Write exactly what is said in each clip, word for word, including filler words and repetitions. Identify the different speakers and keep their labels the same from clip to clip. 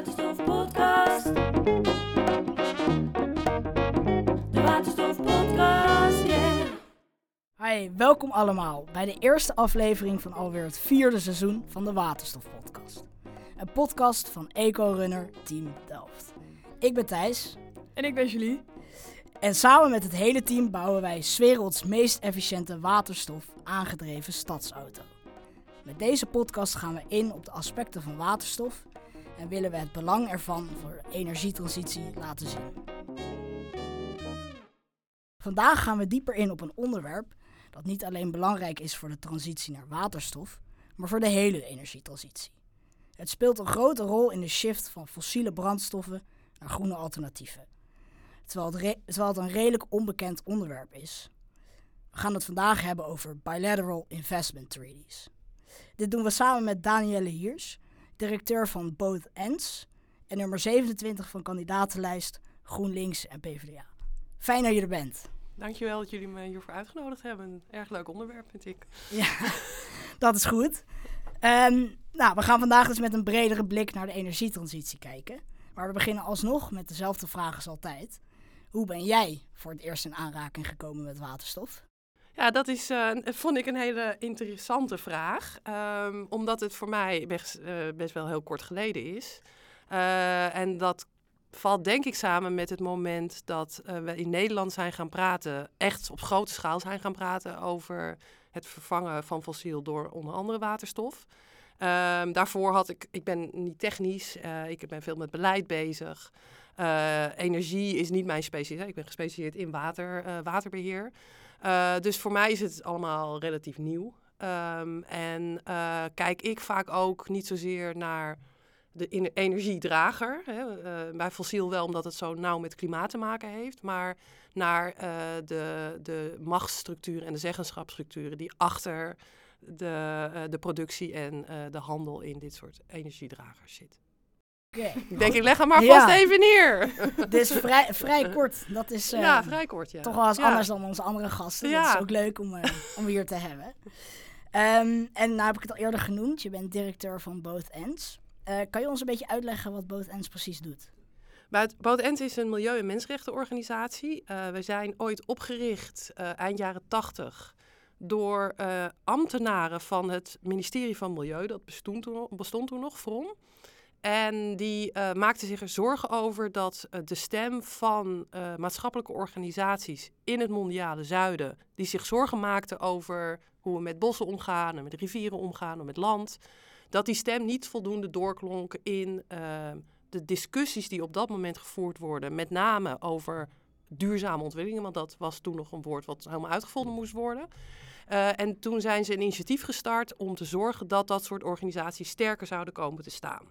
Speaker 1: Waterstof Podcast. De Waterstof Podcast, yeah.
Speaker 2: Hi, welkom allemaal bij de eerste aflevering van alweer het vierde seizoen van de Waterstof Podcast. Een podcast van Eco-Runner Team Delft. Ik ben Thijs.
Speaker 3: En ik ben Julie.
Speaker 2: En samen met het hele team bouwen wij 's werelds meest efficiënte waterstof aangedreven stadsauto. Met deze podcast gaan we in op de aspecten van waterstof en willen we het belang ervan voor de energietransitie laten zien. Vandaag gaan we dieper in op een onderwerp dat niet alleen belangrijk is voor de transitie naar waterstof, maar voor de hele energietransitie. Het speelt een grote rol in de shift van fossiele brandstoffen naar groene alternatieven. Terwijl het, re- terwijl het een redelijk onbekend onderwerp is. We gaan het vandaag hebben over bilateral investment treaties. Dit doen we samen met Danielle Hiers, directeur van Both Ends en nummer zevenentwintig van kandidatenlijst GroenLinks en PvdA. Fijn dat je er bent.
Speaker 3: Dankjewel dat jullie me hiervoor uitgenodigd hebben. Een erg leuk onderwerp, vind ik.
Speaker 2: Ja, dat is goed. Um, nou, we gaan vandaag dus met een bredere blik naar de energietransitie kijken. Maar we beginnen alsnog met dezelfde vraag als altijd. Hoe ben jij voor het eerst in aanraking gekomen met waterstof?
Speaker 3: Ja, dat is, uh, vond ik een hele interessante vraag. Um, omdat het voor mij best, uh, best wel heel kort geleden is. Uh, en dat valt denk ik samen met het moment dat uh, we in Nederland zijn gaan praten, echt op grote schaal zijn gaan praten over het vervangen van fossiel door onder andere waterstof. Um, daarvoor had ik, ik ben niet technisch, uh, ik ben veel met beleid bezig. Uh, energie is niet mijn specialiteit, ik ben gespecialiseerd in water, uh, waterbeheer. Uh, dus voor mij is het allemaal relatief nieuw. Um, en uh, kijk ik vaak ook niet zozeer naar de energiedrager. Hè. Uh, bij fossiel wel, omdat het zo nauw met klimaat te maken heeft. Maar naar uh, de, de machtsstructuren en de zeggenschapsstructuren die achter de, uh, de productie en uh, de handel in dit soort energiedragers zit.
Speaker 2: Okay.
Speaker 3: Ik denk, ik leg hem maar
Speaker 2: ja.
Speaker 3: vast even neer.
Speaker 2: Dit is vrij, vrij kort. Dat is uh,
Speaker 3: ja, vrij kort, ja.
Speaker 2: toch wel eens
Speaker 3: ja.
Speaker 2: anders dan onze andere gasten.
Speaker 3: Ja.
Speaker 2: Dat is ook leuk om, uh, om hier te hebben. Um, en nou heb ik het al eerder genoemd. Je bent directeur van Both Ends. Uh, kan je ons een beetje uitleggen wat Both Ends precies doet?
Speaker 3: Both Ends is een milieu- en mensenrechtenorganisatie. Uh, we zijn ooit opgericht uh, eind jaren tachtig door uh, ambtenaren van het ministerie van Milieu. Dat bestond toen, bestond toen nog, F R O M. En die uh, maakten zich er zorgen over dat uh, de stem van uh, maatschappelijke organisaties in het mondiale zuiden, die zich zorgen maakten over hoe we met bossen omgaan en met rivieren omgaan en met land, dat die stem niet voldoende doorklonk in uh, de discussies die op dat moment gevoerd worden, met name over duurzame ontwikkelingen, want dat was toen nog een woord wat helemaal uitgevonden moest worden. Uh, en toen zijn ze een initiatief gestart om te zorgen dat dat soort organisaties sterker zouden komen te staan.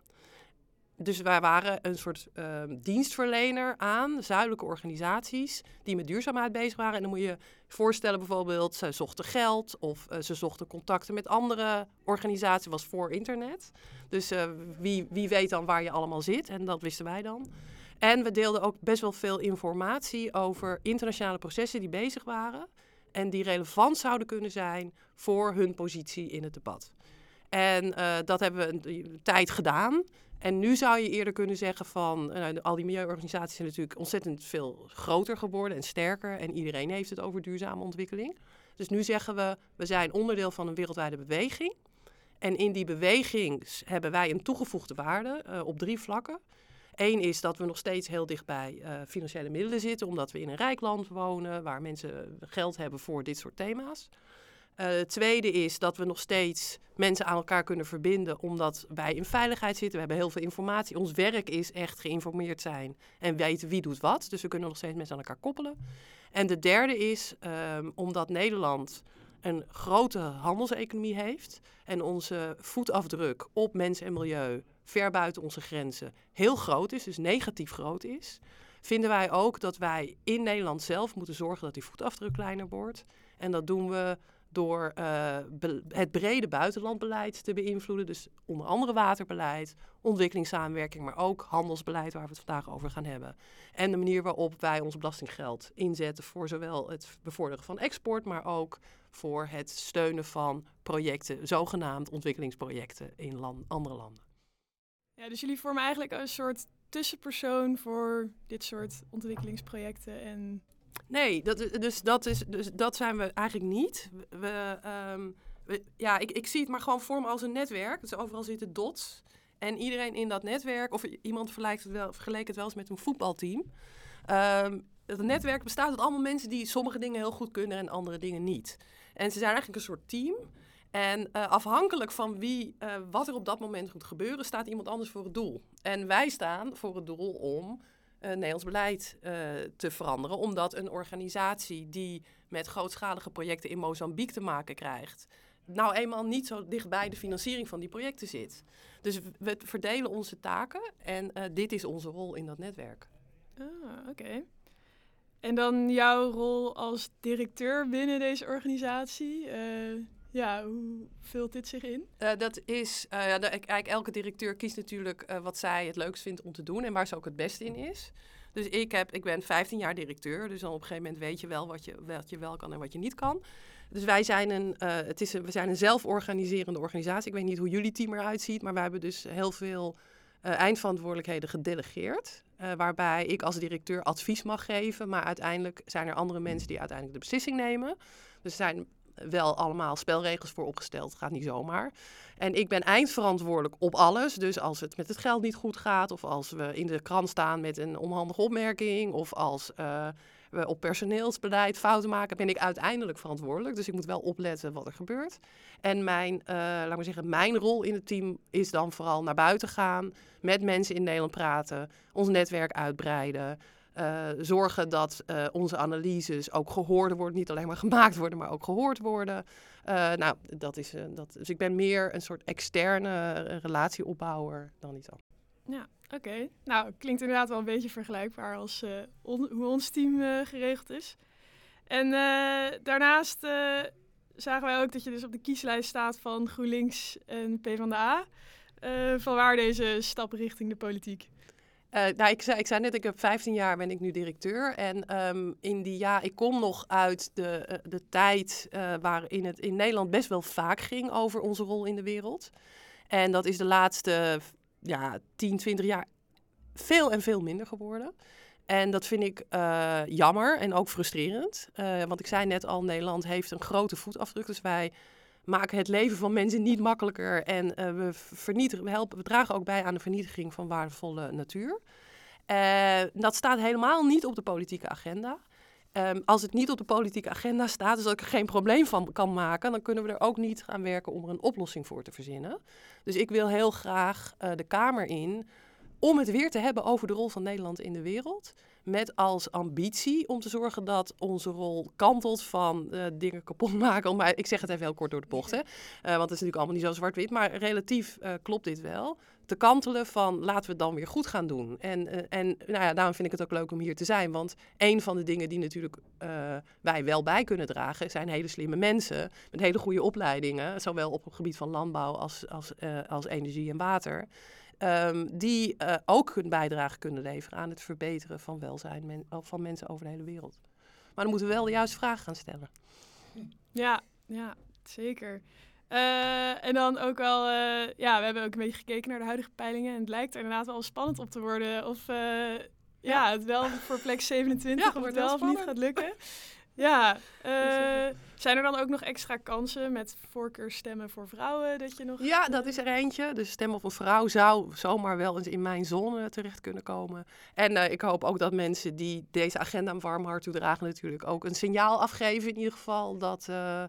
Speaker 3: Dus wij waren een soort uh, dienstverlener aan zuidelijke organisaties die met duurzaamheid bezig waren. En dan moet je je voorstellen bijvoorbeeld, ze zochten geld of uh, ze zochten contacten met andere organisaties. Dat was voor internet. Dus uh, wie, wie weet dan waar je allemaal zit en dat wisten wij dan. En we deelden ook best wel veel informatie over internationale processen die bezig waren en die relevant zouden kunnen zijn voor hun positie in het debat. En uh, dat hebben we een, een tijd gedaan. En nu zou je eerder kunnen zeggen van, uh, al die milieuorganisaties zijn natuurlijk ontzettend veel groter geworden en sterker. En iedereen heeft het over duurzame ontwikkeling. Dus nu zeggen we, we zijn onderdeel van een wereldwijde beweging. En in die beweging hebben wij een toegevoegde waarde uh, op drie vlakken. Eén is dat we nog steeds heel dicht bij uh, financiële middelen zitten, omdat we in een rijk land wonen, waar mensen geld hebben voor dit soort thema's. Uh, het tweede is dat we nog steeds mensen aan elkaar kunnen verbinden omdat wij in veiligheid zitten. We hebben heel veel informatie. Ons werk is echt geïnformeerd zijn en weten wie doet wat. Dus we kunnen nog steeds mensen aan elkaar koppelen. En de derde is um, omdat Nederland een grote handelseconomie heeft en onze voetafdruk op mens en milieu ver buiten onze grenzen heel groot is, dus negatief groot is, vinden wij ook dat wij in Nederland zelf moeten zorgen dat die voetafdruk kleiner wordt. En dat doen we door uh, be- het brede buitenlandbeleid te beïnvloeden. Dus onder andere waterbeleid, ontwikkelingssamenwerking, maar ook handelsbeleid waar we het vandaag over gaan hebben. En de manier waarop wij ons belastinggeld inzetten voor zowel het bevorderen van export, maar ook voor het steunen van projecten, zogenaamd ontwikkelingsprojecten in land, andere landen.
Speaker 4: Ja, dus jullie vormen eigenlijk een soort tussenpersoon voor dit soort ontwikkelingsprojecten en...
Speaker 3: Nee, dat, is- dus, dat is, dus dat zijn we eigenlijk niet. We, we, ehm, we- ja, ik, ik zie het maar gewoon voor me als een netwerk. Dus overal zitten dots. En iedereen in dat netwerk, of iemand vergelijkt het wel, vergeleek het wel eens met een voetbalteam. Ehm, het netwerk bestaat uit allemaal mensen die sommige dingen heel goed kunnen en andere dingen niet. En ze zijn eigenlijk een soort team. En uh, afhankelijk van wie, uh, wat er op dat moment moet gebeuren, staat iemand anders voor het doel. En wij staan voor het doel om uh, Nederlands beleid uh, te veranderen. Omdat een organisatie die met grootschalige projecten in Mozambique te maken krijgt, nou eenmaal niet zo dichtbij de financiering van die projecten zit. Dus we verdelen onze taken en uh, dit is onze rol in dat netwerk.
Speaker 4: Ah, oké. Okay. En dan jouw rol als directeur binnen deze organisatie. Uh, ja, hoe vult dit zich in?
Speaker 3: Uh, dat is, uh, ja, de, eigenlijk elke directeur kiest natuurlijk uh, wat zij het leukst vindt om te doen en waar ze ook het beste in is. Dus ik, heb, ik ben vijftien jaar directeur, dus dan op een gegeven moment weet je wel wat je, wat je wel kan en wat je niet kan. Dus wij zijn een, uh, het is een, we zijn een zelforganiserende organisatie. Ik weet niet hoe jullie team eruit ziet, maar wij hebben dus heel veel uh, eindverantwoordelijkheden gedelegeerd. Uh, waarbij ik als directeur advies mag geven, maar uiteindelijk zijn er andere mensen die uiteindelijk de beslissing nemen. Dus er zijn wel allemaal spelregels voor opgesteld, het gaat niet zomaar. En ik ben eindverantwoordelijk op alles. Dus als het met het geld niet goed gaat, of als we in de krant staan met een onhandige opmerking, of als uh, we op personeelsbeleid fouten maken, ben ik uiteindelijk verantwoordelijk. Dus ik moet wel opletten wat er gebeurt. En mijn, uh, laat maar zeggen, mijn rol in het team is dan vooral naar buiten gaan, met mensen in Nederland praten, ons netwerk uitbreiden. Uh, zorgen dat uh, onze analyses ook gehoord worden. Niet alleen maar gemaakt worden, maar ook gehoord worden. Uh, nou, dat is, uh, dat, dus ik ben meer een soort externe relatieopbouwer dan iets anders.
Speaker 4: Ja, oké. Okay. Nou, klinkt inderdaad wel een beetje vergelijkbaar als uh, on- hoe ons team uh, geregeld is. En uh, daarnaast uh, zagen wij ook dat je dus op de kieslijst staat van GroenLinks en PvdA. Uh, vanwaar deze stap richting de politiek?
Speaker 3: Uh, nou, ik, zei, ik zei net, ik heb vijftien jaar ben ik nu directeur. En um, in die jaar, ik kom nog uit de, uh, de tijd uh, waarin het in Nederland best wel vaak ging over onze rol in de wereld. En dat is de laatste ja, tien, twintig jaar veel en veel minder geworden. En dat vind ik uh, jammer en ook frustrerend. Uh, want ik zei net al, Nederland heeft een grote voetafdruk. Dus wij maken het leven van mensen niet makkelijker. En uh, we, vernietigen, we, helpen, we dragen ook bij aan de vernietiging van waardevolle natuur. Uh, dat staat helemaal niet op de politieke agenda. Um, als het niet op de politieke agenda staat, dus dat ik er geen probleem van kan maken, dan kunnen we er ook niet gaan werken om er een oplossing voor te verzinnen. Dus ik wil heel graag uh, de Kamer in om het weer te hebben over de rol van Nederland in de wereld. Met als ambitie om te zorgen dat onze rol kantelt van uh, dingen kapot maken. Maar ik zeg het even heel kort door de bocht, hè. Uh, want het is natuurlijk allemaal niet zo zwart-wit. Maar relatief uh, klopt dit wel. Te kantelen van laten we het dan weer goed gaan doen. En, uh, en nou ja, daarom vind ik het ook leuk om hier te zijn. Want een van de dingen die natuurlijk uh, wij wel bij kunnen dragen, zijn hele slimme mensen met hele goede opleidingen. Zowel op het gebied van landbouw als, als, uh, als energie en water. Um, die uh, ook hun bijdrage kunnen leveren aan het verbeteren van welzijn men, van mensen over de hele wereld. Maar dan moeten we wel de juiste vragen gaan stellen.
Speaker 4: Ja, ja, zeker. Uh, en dan ook wel, uh, ja, we hebben ook een beetje gekeken naar de huidige peilingen. En het lijkt er inderdaad wel spannend op te worden of uh, ja. ja, het wel voor plek zevenentwintig ja, of het wel of niet gaat lukken. Ja, uh, zijn er dan ook nog extra kansen met voorkeurstemmen voor vrouwen? Dat je nog...
Speaker 3: Ja, dat is er eentje. Dus stem op een vrouw zou zomaar wel eens in mijn zone terecht kunnen komen. En uh, ik hoop ook dat mensen die deze agenda een warm hart toedragen natuurlijk ook een signaal afgeven in ieder geval. Dat, uh,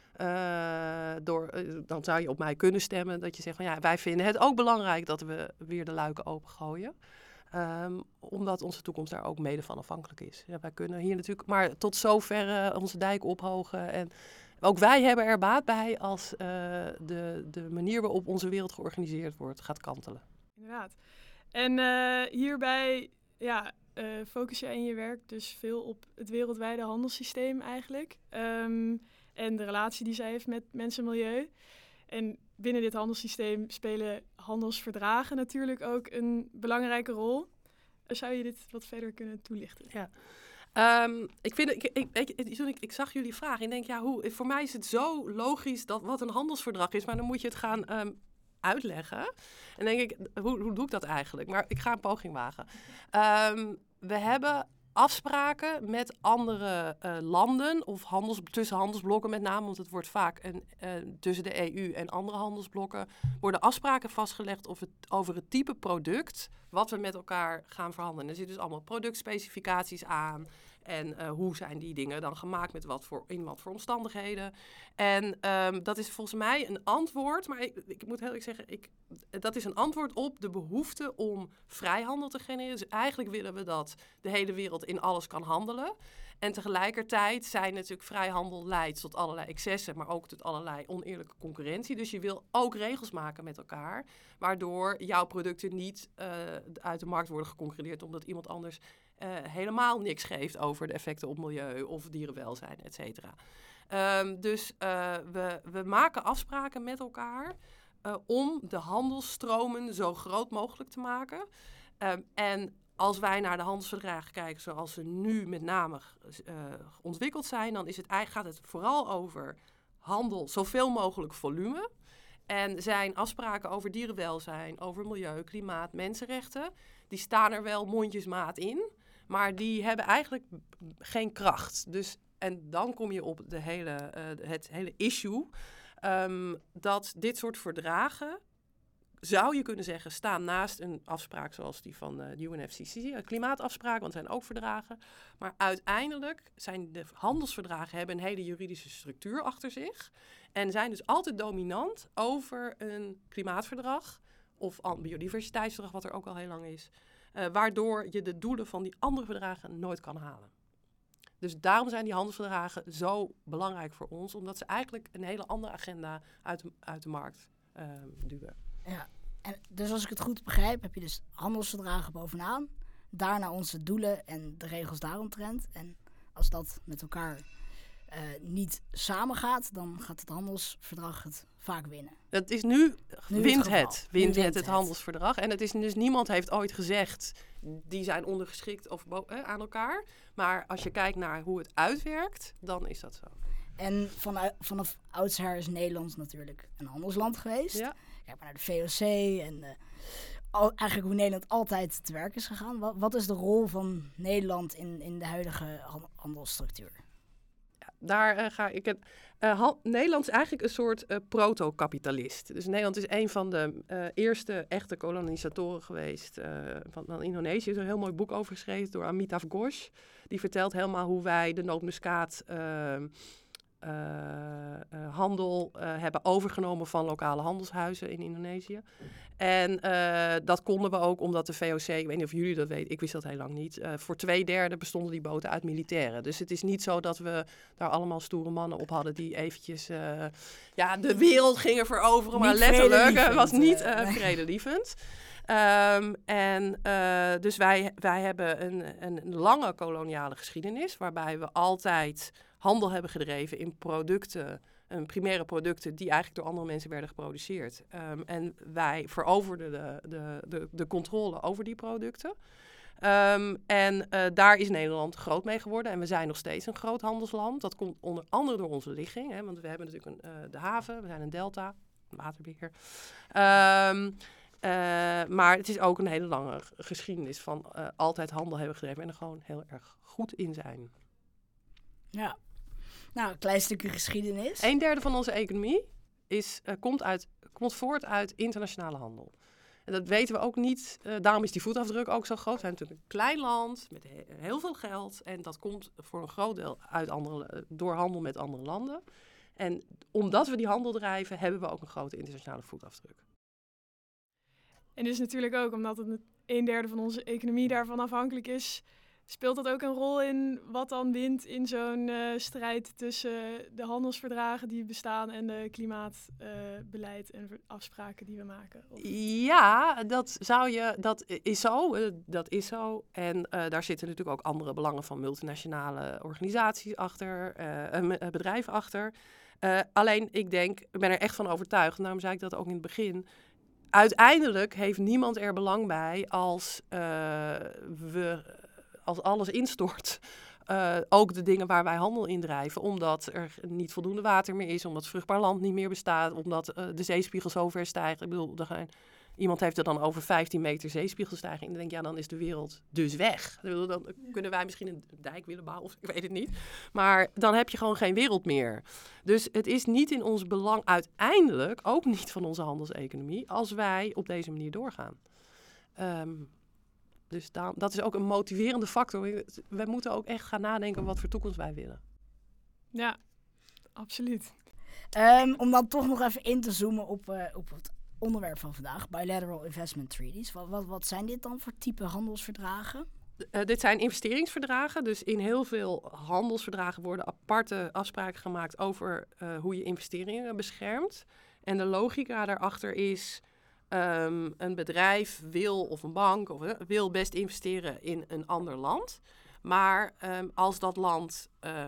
Speaker 3: uh, door, uh, dan zou je op mij kunnen stemmen. Dat je zegt van ja, wij vinden het ook belangrijk dat we weer de luiken opengooien. Um, omdat onze toekomst daar ook mede van afhankelijk is. Ja, wij kunnen hier natuurlijk maar tot zover uh, onze dijk ophogen. En ook wij hebben er baat bij als uh, de, de manier waarop onze wereld georganiseerd wordt gaat kantelen.
Speaker 4: Inderdaad. En uh, hierbij ja, uh, focus je in je werk dus veel op het wereldwijde handelssysteem eigenlijk. Um, en de relatie die zij heeft met mensen en milieu. En binnen dit handelssysteem spelen handelsverdragen natuurlijk ook een belangrijke rol. Zou je dit wat verder kunnen toelichten?
Speaker 3: Ja. Um, ik, vind, ik, ik, ik, ik, ik zag jullie vragen. Ik denk, ja, hoe, voor mij is het zo logisch dat wat een handelsverdrag is. Maar dan moet je het gaan um, uitleggen. En denk ik, hoe, hoe doe ik dat eigenlijk? Maar ik ga een poging wagen. Um, we hebben afspraken met andere uh, landen of handels, tussen handelsblokken met name, want het wordt vaak een, uh, tussen de E U en andere handelsblokken, worden afspraken vastgelegd over het, over het type product wat we met elkaar gaan verhandelen. Er zitten dus allemaal productspecificaties aan. En uh, hoe zijn die dingen dan gemaakt, met wat voor, in wat voor omstandigheden. En um, dat is volgens mij een antwoord, maar ik, ik moet heel eerlijk zeggen, ik, dat is een antwoord op de behoefte om vrijhandel te genereren. Dus eigenlijk willen we dat de hele wereld in alles kan handelen. En tegelijkertijd zijn natuurlijk vrijhandel leidt tot allerlei excessen, maar ook tot allerlei oneerlijke concurrentie. Dus je wil ook regels maken met elkaar, waardoor jouw producten niet uh, uit de markt worden geconcurreerd omdat iemand anders uh, helemaal niks geeft over de effecten op milieu of dierenwelzijn, et cetera. Um, dus uh, we, we maken afspraken met elkaar uh, om de handelsstromen zo groot mogelijk te maken. Um, en als wij naar de handelsverdragen kijken zoals ze nu met name uh, ontwikkeld zijn, dan is het, gaat het vooral over handel, zoveel mogelijk volume. En zijn afspraken over dierenwelzijn, over milieu, klimaat, mensenrechten, die staan er wel mondjesmaat in, maar die hebben eigenlijk geen kracht. Dus, en dan kom je op de hele, uh, het hele issue um, dat dit soort verdragen, zou je kunnen zeggen, staan naast een afspraak zoals die van de U N F C C, een klimaatafspraak, want het zijn ook verdragen. Maar uiteindelijk zijn de handelsverdragen hebben een hele juridische structuur achter zich en zijn dus altijd dominant over een klimaatverdrag of een biodiversiteitsverdrag, wat er ook al heel lang is, uh, waardoor je de doelen van die andere verdragen nooit kan halen. Dus daarom zijn die handelsverdragen zo belangrijk voor ons, omdat ze eigenlijk een hele andere agenda uit de, uit de markt uh, duwen.
Speaker 2: Ja, en dus als ik het goed begrijp, heb je dus handelsverdragen bovenaan, daarna onze doelen en de regels daaromtrent. En als dat met elkaar uh, niet samengaat, dan gaat het handelsverdrag het vaak winnen.
Speaker 3: Het is nu,
Speaker 2: nu
Speaker 3: wint
Speaker 2: het,
Speaker 3: het, wint, wint het, het, het handelsverdrag. En het is dus niemand heeft ooit gezegd, die zijn ondergeschikt of bo- eh, aan elkaar. Maar als je kijkt naar hoe het uitwerkt, dan is dat zo.
Speaker 2: En vanuit, vanaf oudsher is Nederland natuurlijk een handelsland geweest.
Speaker 3: Ja.
Speaker 2: Kijk maar naar de V O C en uh, al, eigenlijk hoe Nederland altijd te werk is gegaan. Wat, wat is de rol van Nederland in, in de huidige handelsstructuur?
Speaker 3: Ja, daar uh, ga ik... Het, uh, ha- Nederland is eigenlijk een soort uh, proto-kapitalist. Dus Nederland is een van de uh, eerste echte kolonisatoren geweest uh, van, van Indonesië. Er is een heel mooi boek over geschreven door Amitav Ghosh. Die vertelt helemaal hoe wij de nootmuskaat Uh, Uh, uh, handel uh, hebben overgenomen van lokale handelshuizen in Indonesië. En uh, dat konden we ook omdat de V O C, ik weet niet of jullie dat weten, ik wist dat heel lang niet, uh, voor twee derde bestonden die boten uit militairen. Dus het is niet zo dat we daar allemaal stoere mannen op hadden die eventjes uh, ja, de wereld gingen veroveren, maar letterlijk uh, was niet uh, nee. vredelievend. Um, en uh, dus wij, wij hebben een, een lange koloniale geschiedenis waarbij we altijd handel hebben gedreven in producten, um, primaire producten die eigenlijk door andere mensen werden geproduceerd. Um, en wij veroverden de, de, de, de controle over die producten. Um, en uh, daar is Nederland groot mee geworden en we zijn nog steeds een groot handelsland. Dat komt onder andere door onze ligging, hè, want we hebben natuurlijk een, uh, de haven, we zijn een delta, een waterbeheer. Um, Uh, maar het is ook een hele lange geschiedenis van uh, altijd handel hebben gedreven en er gewoon heel erg goed in zijn.
Speaker 2: Ja, nou, een klein stukje geschiedenis.
Speaker 3: Een derde van onze economie is, uh, komt, uit, komt voort uit internationale handel. En dat weten we ook niet. Uh, daarom is die voetafdruk ook zo groot. We zijn natuurlijk een klein land met he- heel veel geld. En dat komt voor een groot deel uit andere, door handel met andere landen. En omdat we die handel drijven, hebben we ook een grote internationale voetafdruk.
Speaker 4: En dus natuurlijk ook, omdat het een derde van onze economie daarvan afhankelijk is, speelt dat ook een rol in wat dan wint in zo'n uh, strijd tussen de handelsverdragen die bestaan en de klimaatbeleid uh, en afspraken die we maken? Of?
Speaker 3: Ja, dat zou je, dat is zo. Uh, dat is zo. En uh, daar zitten natuurlijk ook andere belangen van multinationale organisaties achter, uh, uh, bedrijven achter. Uh, alleen ik denk, ik ben er echt van overtuigd, en daarom zei ik dat ook in het begin. Uiteindelijk heeft niemand er belang bij als, uh, we, als alles instort Uh, ook de dingen waar wij handel in drijven, omdat er niet voldoende water meer is, omdat vruchtbaar land niet meer bestaat, omdat uh, de zeespiegel zo ver stijgt. Ik bedoel, er gaan, iemand heeft er dan over vijftien meter zeespiegelstijging. En dan denk ik, ja, dan is de wereld dus weg. Ik bedoel, dan kunnen wij misschien een dijk willen bouwen, of ik weet het niet. Maar dan heb je gewoon geen wereld meer. Dus het is niet in ons belang uiteindelijk, ook niet van onze handelseconomie, als wij op deze manier doorgaan. Um, Dus dan, dat is ook een motiverende factor. We moeten ook echt gaan nadenken wat voor toekomst wij willen.
Speaker 4: Ja, absoluut.
Speaker 2: Um, om dan toch nog even in te zoomen op, uh, op het onderwerp van vandaag. Bilateral Investment Treaties. Wat, wat, wat zijn dit dan voor type handelsverdragen?
Speaker 3: Uh, dit zijn investeringsverdragen. Dus in heel veel handelsverdragen worden aparte afspraken gemaakt over uh, hoe je investeringen beschermt. En de logica daarachter is... Um, een bedrijf wil, of een bank, of, uh, wil best investeren in een ander land. Maar um, als dat land uh,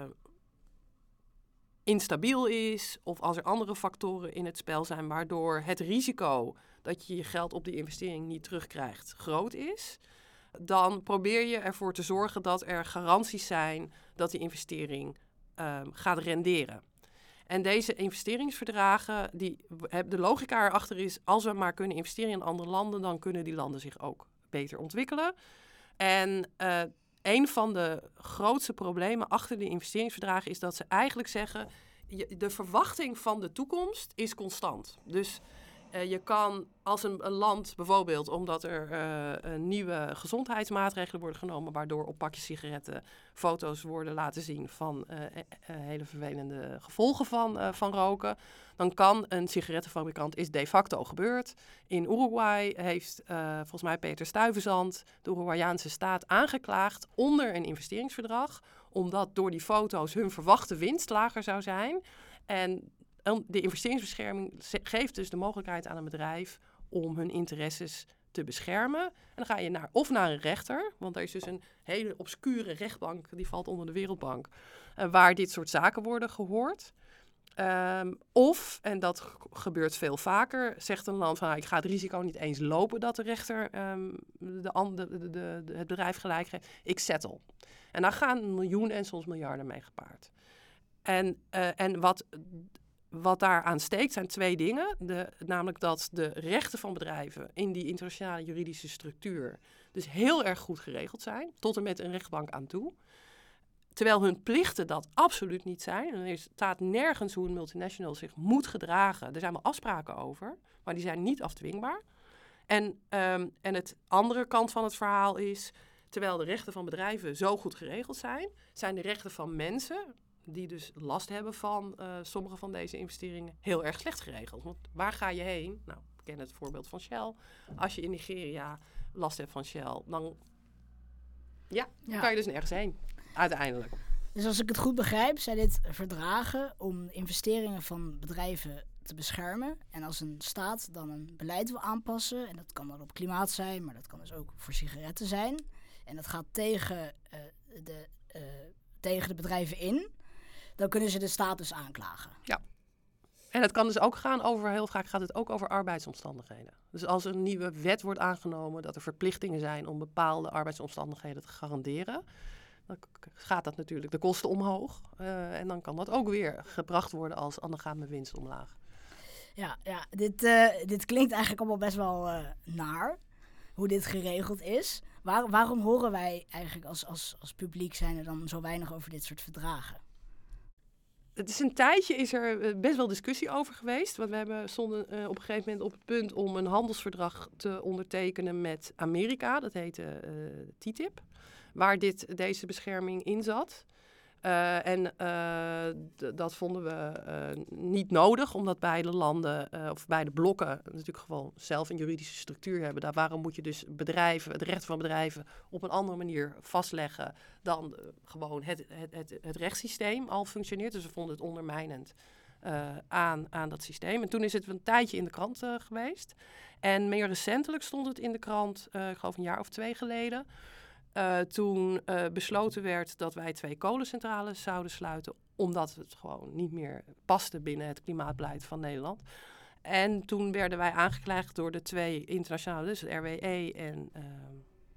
Speaker 3: instabiel is, of als er andere factoren in het spel zijn, waardoor het risico dat je je geld op die investering niet terugkrijgt groot is, dan probeer je ervoor te zorgen dat er garanties zijn dat die investering um, gaat renderen. En deze investeringsverdragen, die, de logica erachter is, als we maar kunnen investeren in andere landen, dan kunnen die landen zich ook beter ontwikkelen. En uh, een van de grootste problemen achter die investeringsverdragen is dat ze eigenlijk zeggen, je, de verwachting van de toekomst is constant. Dus uh, je kan als een, een land bijvoorbeeld, omdat er uh, een nieuwe gezondheidsmaatregelen worden genomen, waardoor op pakjes sigaretten foto's worden laten zien van uh, uh, hele vervelende gevolgen van, uh, van roken, dan kan een sigarettenfabrikant, is de facto gebeurd. In Uruguay heeft uh, volgens mij Peter Stuyvesant de Uruguayaanse staat aangeklaagd onder een investeringsverdrag, omdat door die foto's hun verwachte winst lager zou zijn. En de investeringsbescherming geeft dus de mogelijkheid aan een bedrijf om hun interesses te beschermen. En dan ga je naar, of naar een rechter, want er is dus een hele obscure rechtbank, die valt onder de Wereldbank, uh, waar dit soort zaken worden gehoord. Um, of, en dat g- gebeurt veel vaker, zegt een land van, ah, ik ga het risico niet eens lopen dat de rechter um, de, de, de, de, de, het bedrijf gelijk geeft. Ik settle. En daar gaan miljoenen en soms miljarden mee gepaard. En, uh, en wat... Wat daaraan steekt zijn twee dingen. De, namelijk dat de rechten van bedrijven in die internationale juridische structuur dus heel erg goed geregeld zijn, tot en met een rechtbank aan toe. Terwijl hun plichten dat absoluut niet zijn. Er staat nergens hoe een multinational zich moet gedragen. Er zijn wel afspraken over, maar die zijn niet afdwingbaar. En, um, en het andere kant van het verhaal is, terwijl de rechten van bedrijven zo goed geregeld zijn, zijn de rechten van mensen, die dus last hebben van uh, sommige van deze investeringen, heel erg slecht geregeld. Want waar ga je heen? Nou, we kennen het voorbeeld van Shell. Als je in Nigeria last hebt van Shell, dan ja, ja. kan je dus nergens heen, uiteindelijk.
Speaker 2: Dus als ik het goed begrijp, zijn dit verdragen om investeringen van bedrijven te beschermen. En als een staat dan een beleid wil aanpassen, en dat kan dan op klimaat zijn, maar dat kan dus ook voor sigaretten zijn. En dat gaat tegen, uh, de, uh, tegen de bedrijven in, dan kunnen ze de staat dus aanklagen.
Speaker 3: Ja. En het kan dus ook gaan over, heel vaak gaat het ook over arbeidsomstandigheden. Dus als een nieuwe wet wordt aangenomen, dat er verplichtingen zijn om bepaalde arbeidsomstandigheden te garanderen, dan gaat dat natuurlijk de kosten omhoog. Uh, en dan kan dat ook weer gebracht worden als, dan gaat mijn winst omlaag.
Speaker 2: Ja, ja dit, uh, dit klinkt eigenlijk allemaal best wel uh, naar, hoe dit geregeld is. Waar, waarom horen wij eigenlijk als, als, als publiek zijn er dan zo weinig over dit soort verdragen?
Speaker 3: Het is een tijdje is er best wel discussie over geweest. Want we hebben stonden uh, op een gegeven moment op het punt om een handelsverdrag te ondertekenen met Amerika. Dat heette uh, T T I P. Waar dit, deze bescherming in zat. Uh, en uh, d- dat vonden we uh, niet nodig, omdat beide landen uh, of beide blokken natuurlijk gewoon zelf een juridische structuur hebben. Daar, waarom moet je dus bedrijven, de rechten van bedrijven op een andere manier vastleggen dan uh, gewoon het, het, het, het rechtssysteem al functioneert. Dus we vonden het ondermijnend uh, aan, aan dat systeem. En toen is het een tijdje in de krant uh, geweest. En meer recentelijk stond het in de krant, uh, ik geloof een jaar of twee geleden. Uh, toen uh, besloten werd dat wij twee kolencentrales zouden sluiten, omdat het gewoon niet meer paste binnen het klimaatbeleid van Nederland. En toen werden wij aangeklaagd door de twee internationale, dus het R W E en uh,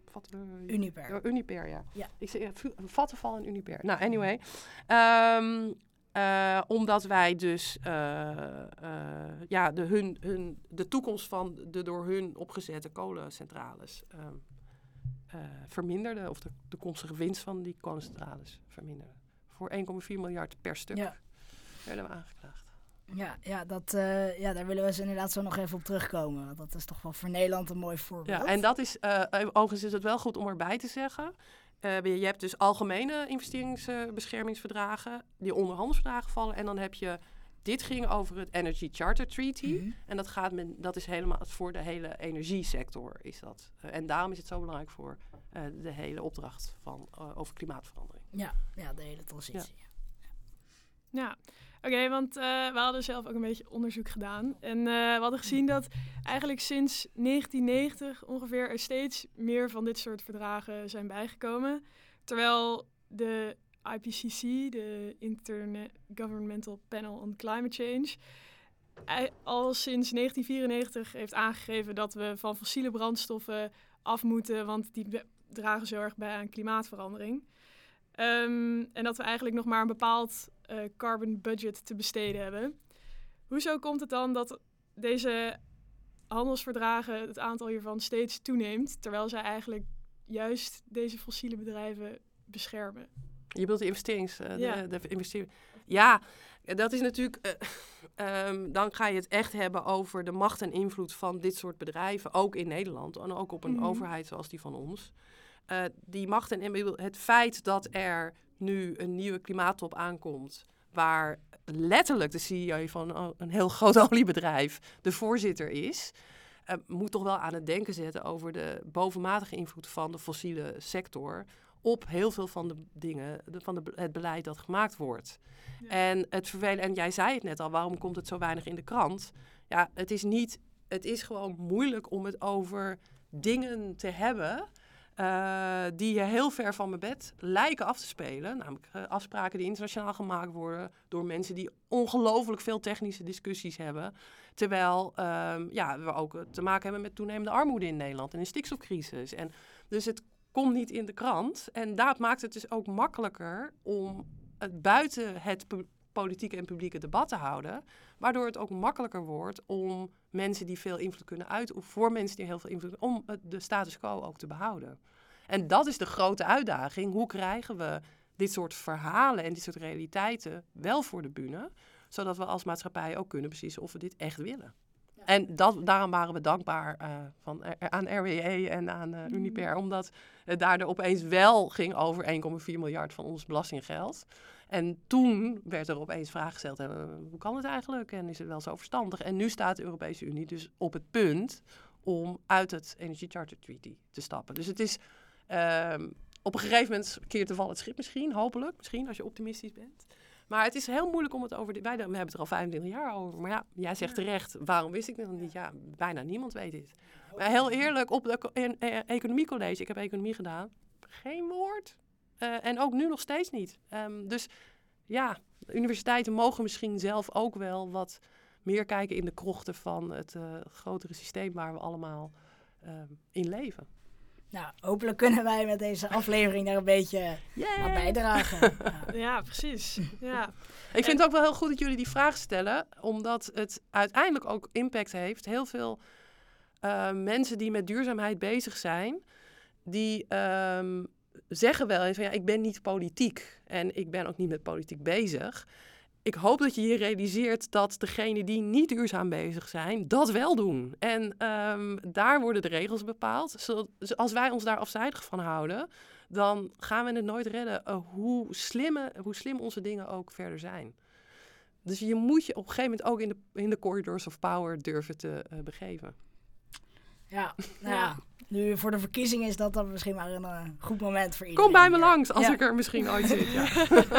Speaker 3: Vat, uh,
Speaker 2: Uniper.
Speaker 3: Uh, Uniper, ja.
Speaker 2: Ja.
Speaker 3: Ik zeg, uh, Vattenfall en Uniper. Nou, anyway. Um, uh, omdat wij dus uh, uh, ja, de, hun, hun, de toekomst van de door hun opgezette kolencentrales um, uh, verminderden. Of de toekomstige winst van die kolencentrales verminderden. Voor één komma vier miljard per stuk
Speaker 2: Ja.
Speaker 3: werden we aangeklaagd.
Speaker 2: Ja, ja, dat, uh, ja, daar willen we ze inderdaad zo nog even op terugkomen. Want dat is toch wel voor Nederland een mooi voorbeeld.
Speaker 3: Ja, en dat is, uh, overigens is het wel goed om erbij te zeggen. Uh, je hebt dus algemene investeringsbeschermingsverdragen, uh, die onder handelsverdragen vallen. En dan heb je, dit ging over het Energy Charter Treaty. Mm-hmm. En dat, gaat men, dat is helemaal voor de hele energiesector. Is dat. Uh, en daarom is het zo belangrijk voor uh, de hele opdracht van, uh, over klimaatverandering.
Speaker 2: Ja, ja, de hele transitie.
Speaker 4: Ja. Ja, oké, okay, want uh, we hadden zelf ook een beetje onderzoek gedaan. En uh, we hadden gezien dat eigenlijk sinds negentien negentig ongeveer er steeds meer van dit soort verdragen zijn bijgekomen. Terwijl de I P C C, de Intergovernmental Panel on Climate Change, al sinds negentien vierennegentig heeft aangegeven dat we van fossiele brandstoffen af moeten, want die be- dragen zo erg bij aan klimaatverandering. Um, en dat we eigenlijk nog maar een bepaald uh, carbon budget te besteden hebben. Hoezo komt het dan dat deze handelsverdragen, het aantal hiervan steeds toeneemt, terwijl zij eigenlijk juist deze fossiele bedrijven beschermen?
Speaker 3: Je bedoelt de investerings... Uh,
Speaker 4: ja.
Speaker 3: De, de investering. Ja, dat is natuurlijk... Uh, um, dan ga je het echt hebben over de macht en invloed van dit soort bedrijven, ook in Nederland en ook op een mm-hmm. overheid zoals die van ons. Uh, die macht en het feit dat er nu een nieuwe klimaattop aankomt, waar letterlijk de C E O van een heel groot oliebedrijf de voorzitter is, uh, moet toch wel aan het denken zetten over de bovenmatige invloed van de fossiele sector op heel veel van de dingen, de, van de, het beleid dat gemaakt wordt. Ja. En het vervelen, en jij zei het net al, waarom komt het zo weinig in de krant? Ja, het is niet, het is gewoon moeilijk om het over dingen te hebben Uh, die heel ver van mijn bed lijken af te spelen. Namelijk uh, afspraken die internationaal gemaakt worden door mensen die ongelooflijk veel technische discussies hebben. Terwijl um, ja, we ook te maken hebben met toenemende armoede in Nederland en een stikstofcrisis. En dus het komt niet in de krant. En dat maakt het dus ook makkelijker om het buiten het pu- politieke en publieke debat te houden. Waardoor het ook makkelijker wordt om mensen die veel invloed kunnen uitoefenen, voor mensen die heel veel invloed om de status quo ook te behouden. En dat is de grote uitdaging. Hoe krijgen we dit soort verhalen en dit soort realiteiten wel voor de bühne, zodat we als maatschappij ook kunnen beslissen of we dit echt willen. Ja. En dat, daarom waren we dankbaar uh, van, uh, aan R W E en aan uh, Uniper, mm. omdat het daardoor opeens wel ging over één komma vier miljard van ons belastinggeld. En toen werd er opeens vraag gesteld, uh, hoe kan het eigenlijk en is het wel zo verstandig? En nu staat de Europese Unie dus op het punt om uit het Energy Charter Treaty te stappen. Dus het is uh, op een gegeven moment keert de val het schip misschien, hopelijk, misschien als je optimistisch bent. Maar het is heel moeilijk om het over... De, wij, we hebben het er al vijfentwintig jaar over. Maar ja, jij zegt terecht, waarom wist ik dit nog niet? Ja, bijna niemand weet dit. Maar heel eerlijk, op het e- e- economiecollege, ik heb economie gedaan, geen woord. Uh, en ook nu nog steeds niet. Um, dus ja, universiteiten mogen misschien zelf ook wel wat meer kijken in de krochten van het uh, grotere systeem waar we allemaal uh, in leven.
Speaker 2: Nou, hopelijk kunnen wij met deze aflevering daar een beetje yeah. aan bijdragen.
Speaker 4: Ja, ja precies. Ja.
Speaker 3: Ik vind het ook wel heel goed dat jullie die vraag stellen, omdat het uiteindelijk ook impact heeft. Heel veel uh, mensen die met duurzaamheid bezig zijn, die um, zeggen wel eens van ja, ik ben niet politiek en ik ben ook niet met politiek bezig. Ik hoop dat je je realiseert dat degenen die niet duurzaam bezig zijn, dat wel doen. En um, daar worden de regels bepaald. Zodat, dus als wij ons daar afzijdig van houden, dan gaan we het nooit redden uh, hoe, slimme, hoe slim onze dingen ook verder zijn. Dus je moet je op een gegeven moment ook in de, in de corridors of power durven te uh, begeven.
Speaker 2: Ja, nou ja. Nu voor de verkiezingen is dat dan misschien maar een uh, goed moment voor iedereen.
Speaker 3: Kom bij me langs, als ja. ik er misschien ooit zit. Ja,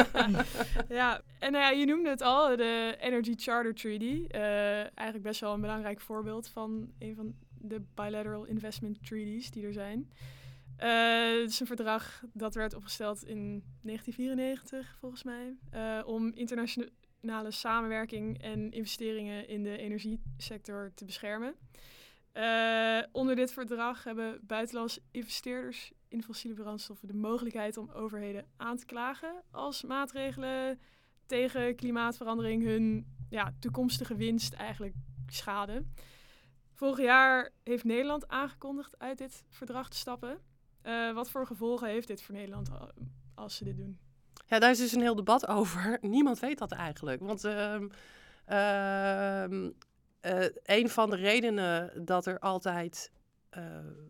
Speaker 4: ja. En nou ja, je noemde het al, de Energy Charter Treaty. Uh, eigenlijk best wel een belangrijk voorbeeld van een van de bilateral investment treaties die er zijn. Uh, het is een verdrag dat werd opgesteld in negentien vierennegentig, volgens mij, uh, om internationale samenwerking en investeringen in de energiesector te beschermen. Uh, onder dit verdrag hebben buitenlandse investeerders in fossiele brandstoffen de mogelijkheid om overheden aan te klagen als maatregelen tegen klimaatverandering hun ja, toekomstige winst eigenlijk schaden. Vorig jaar heeft Nederland aangekondigd uit dit verdrag te stappen. Uh, wat voor gevolgen heeft dit voor Nederland als ze dit doen?
Speaker 3: Ja, daar is dus een heel debat over. Niemand weet dat eigenlijk. Want uh, uh, uh, een van de redenen dat er altijd uh,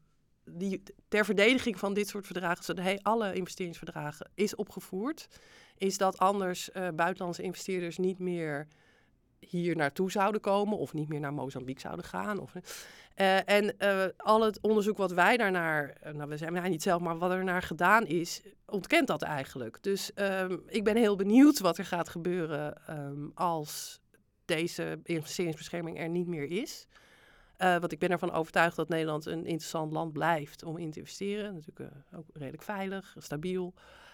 Speaker 3: die ter verdediging van dit soort verdragen, zo de, alle investeringsverdragen, is opgevoerd, is dat anders uh, buitenlandse investeerders niet meer hier naartoe zouden komen of niet meer naar Mozambique zouden gaan. Of, uh, en uh, al het onderzoek wat wij daarnaar, uh, nou we zijn nou niet zelf, maar wat er naar gedaan is, ontkent dat eigenlijk. Dus um, ik ben heel benieuwd wat er gaat gebeuren um, als deze investeringsbescherming er niet meer is. Uh, want ik ben ervan overtuigd dat Nederland een interessant land blijft om in te investeren. Natuurlijk uh, ook redelijk veilig, stabiel.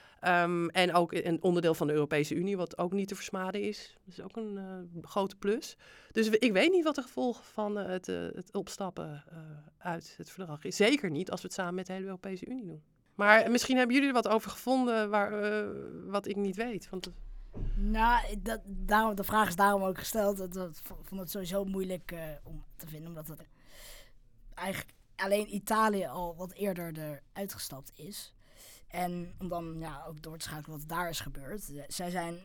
Speaker 3: Um, en ook een onderdeel van de Europese Unie, wat ook niet te versmaden is. Dat is ook een uh, grote plus. Dus we, ik weet niet wat de gevolgen van uh, het, uh, het opstappen uh, uit het verdrag is. Zeker niet als we het samen met de hele Europese Unie doen. Maar misschien hebben jullie er wat over gevonden waar, uh, wat ik niet weet. Want
Speaker 2: Nou, dat, daarom, de vraag is daarom ook gesteld. Dat, dat, ik vond het sowieso moeilijk uh, om te vinden. Omdat het eigenlijk alleen Italië al wat eerder eruit gestapt is. En om dan ja, ook door te schakelen wat daar is gebeurd. Zij zijn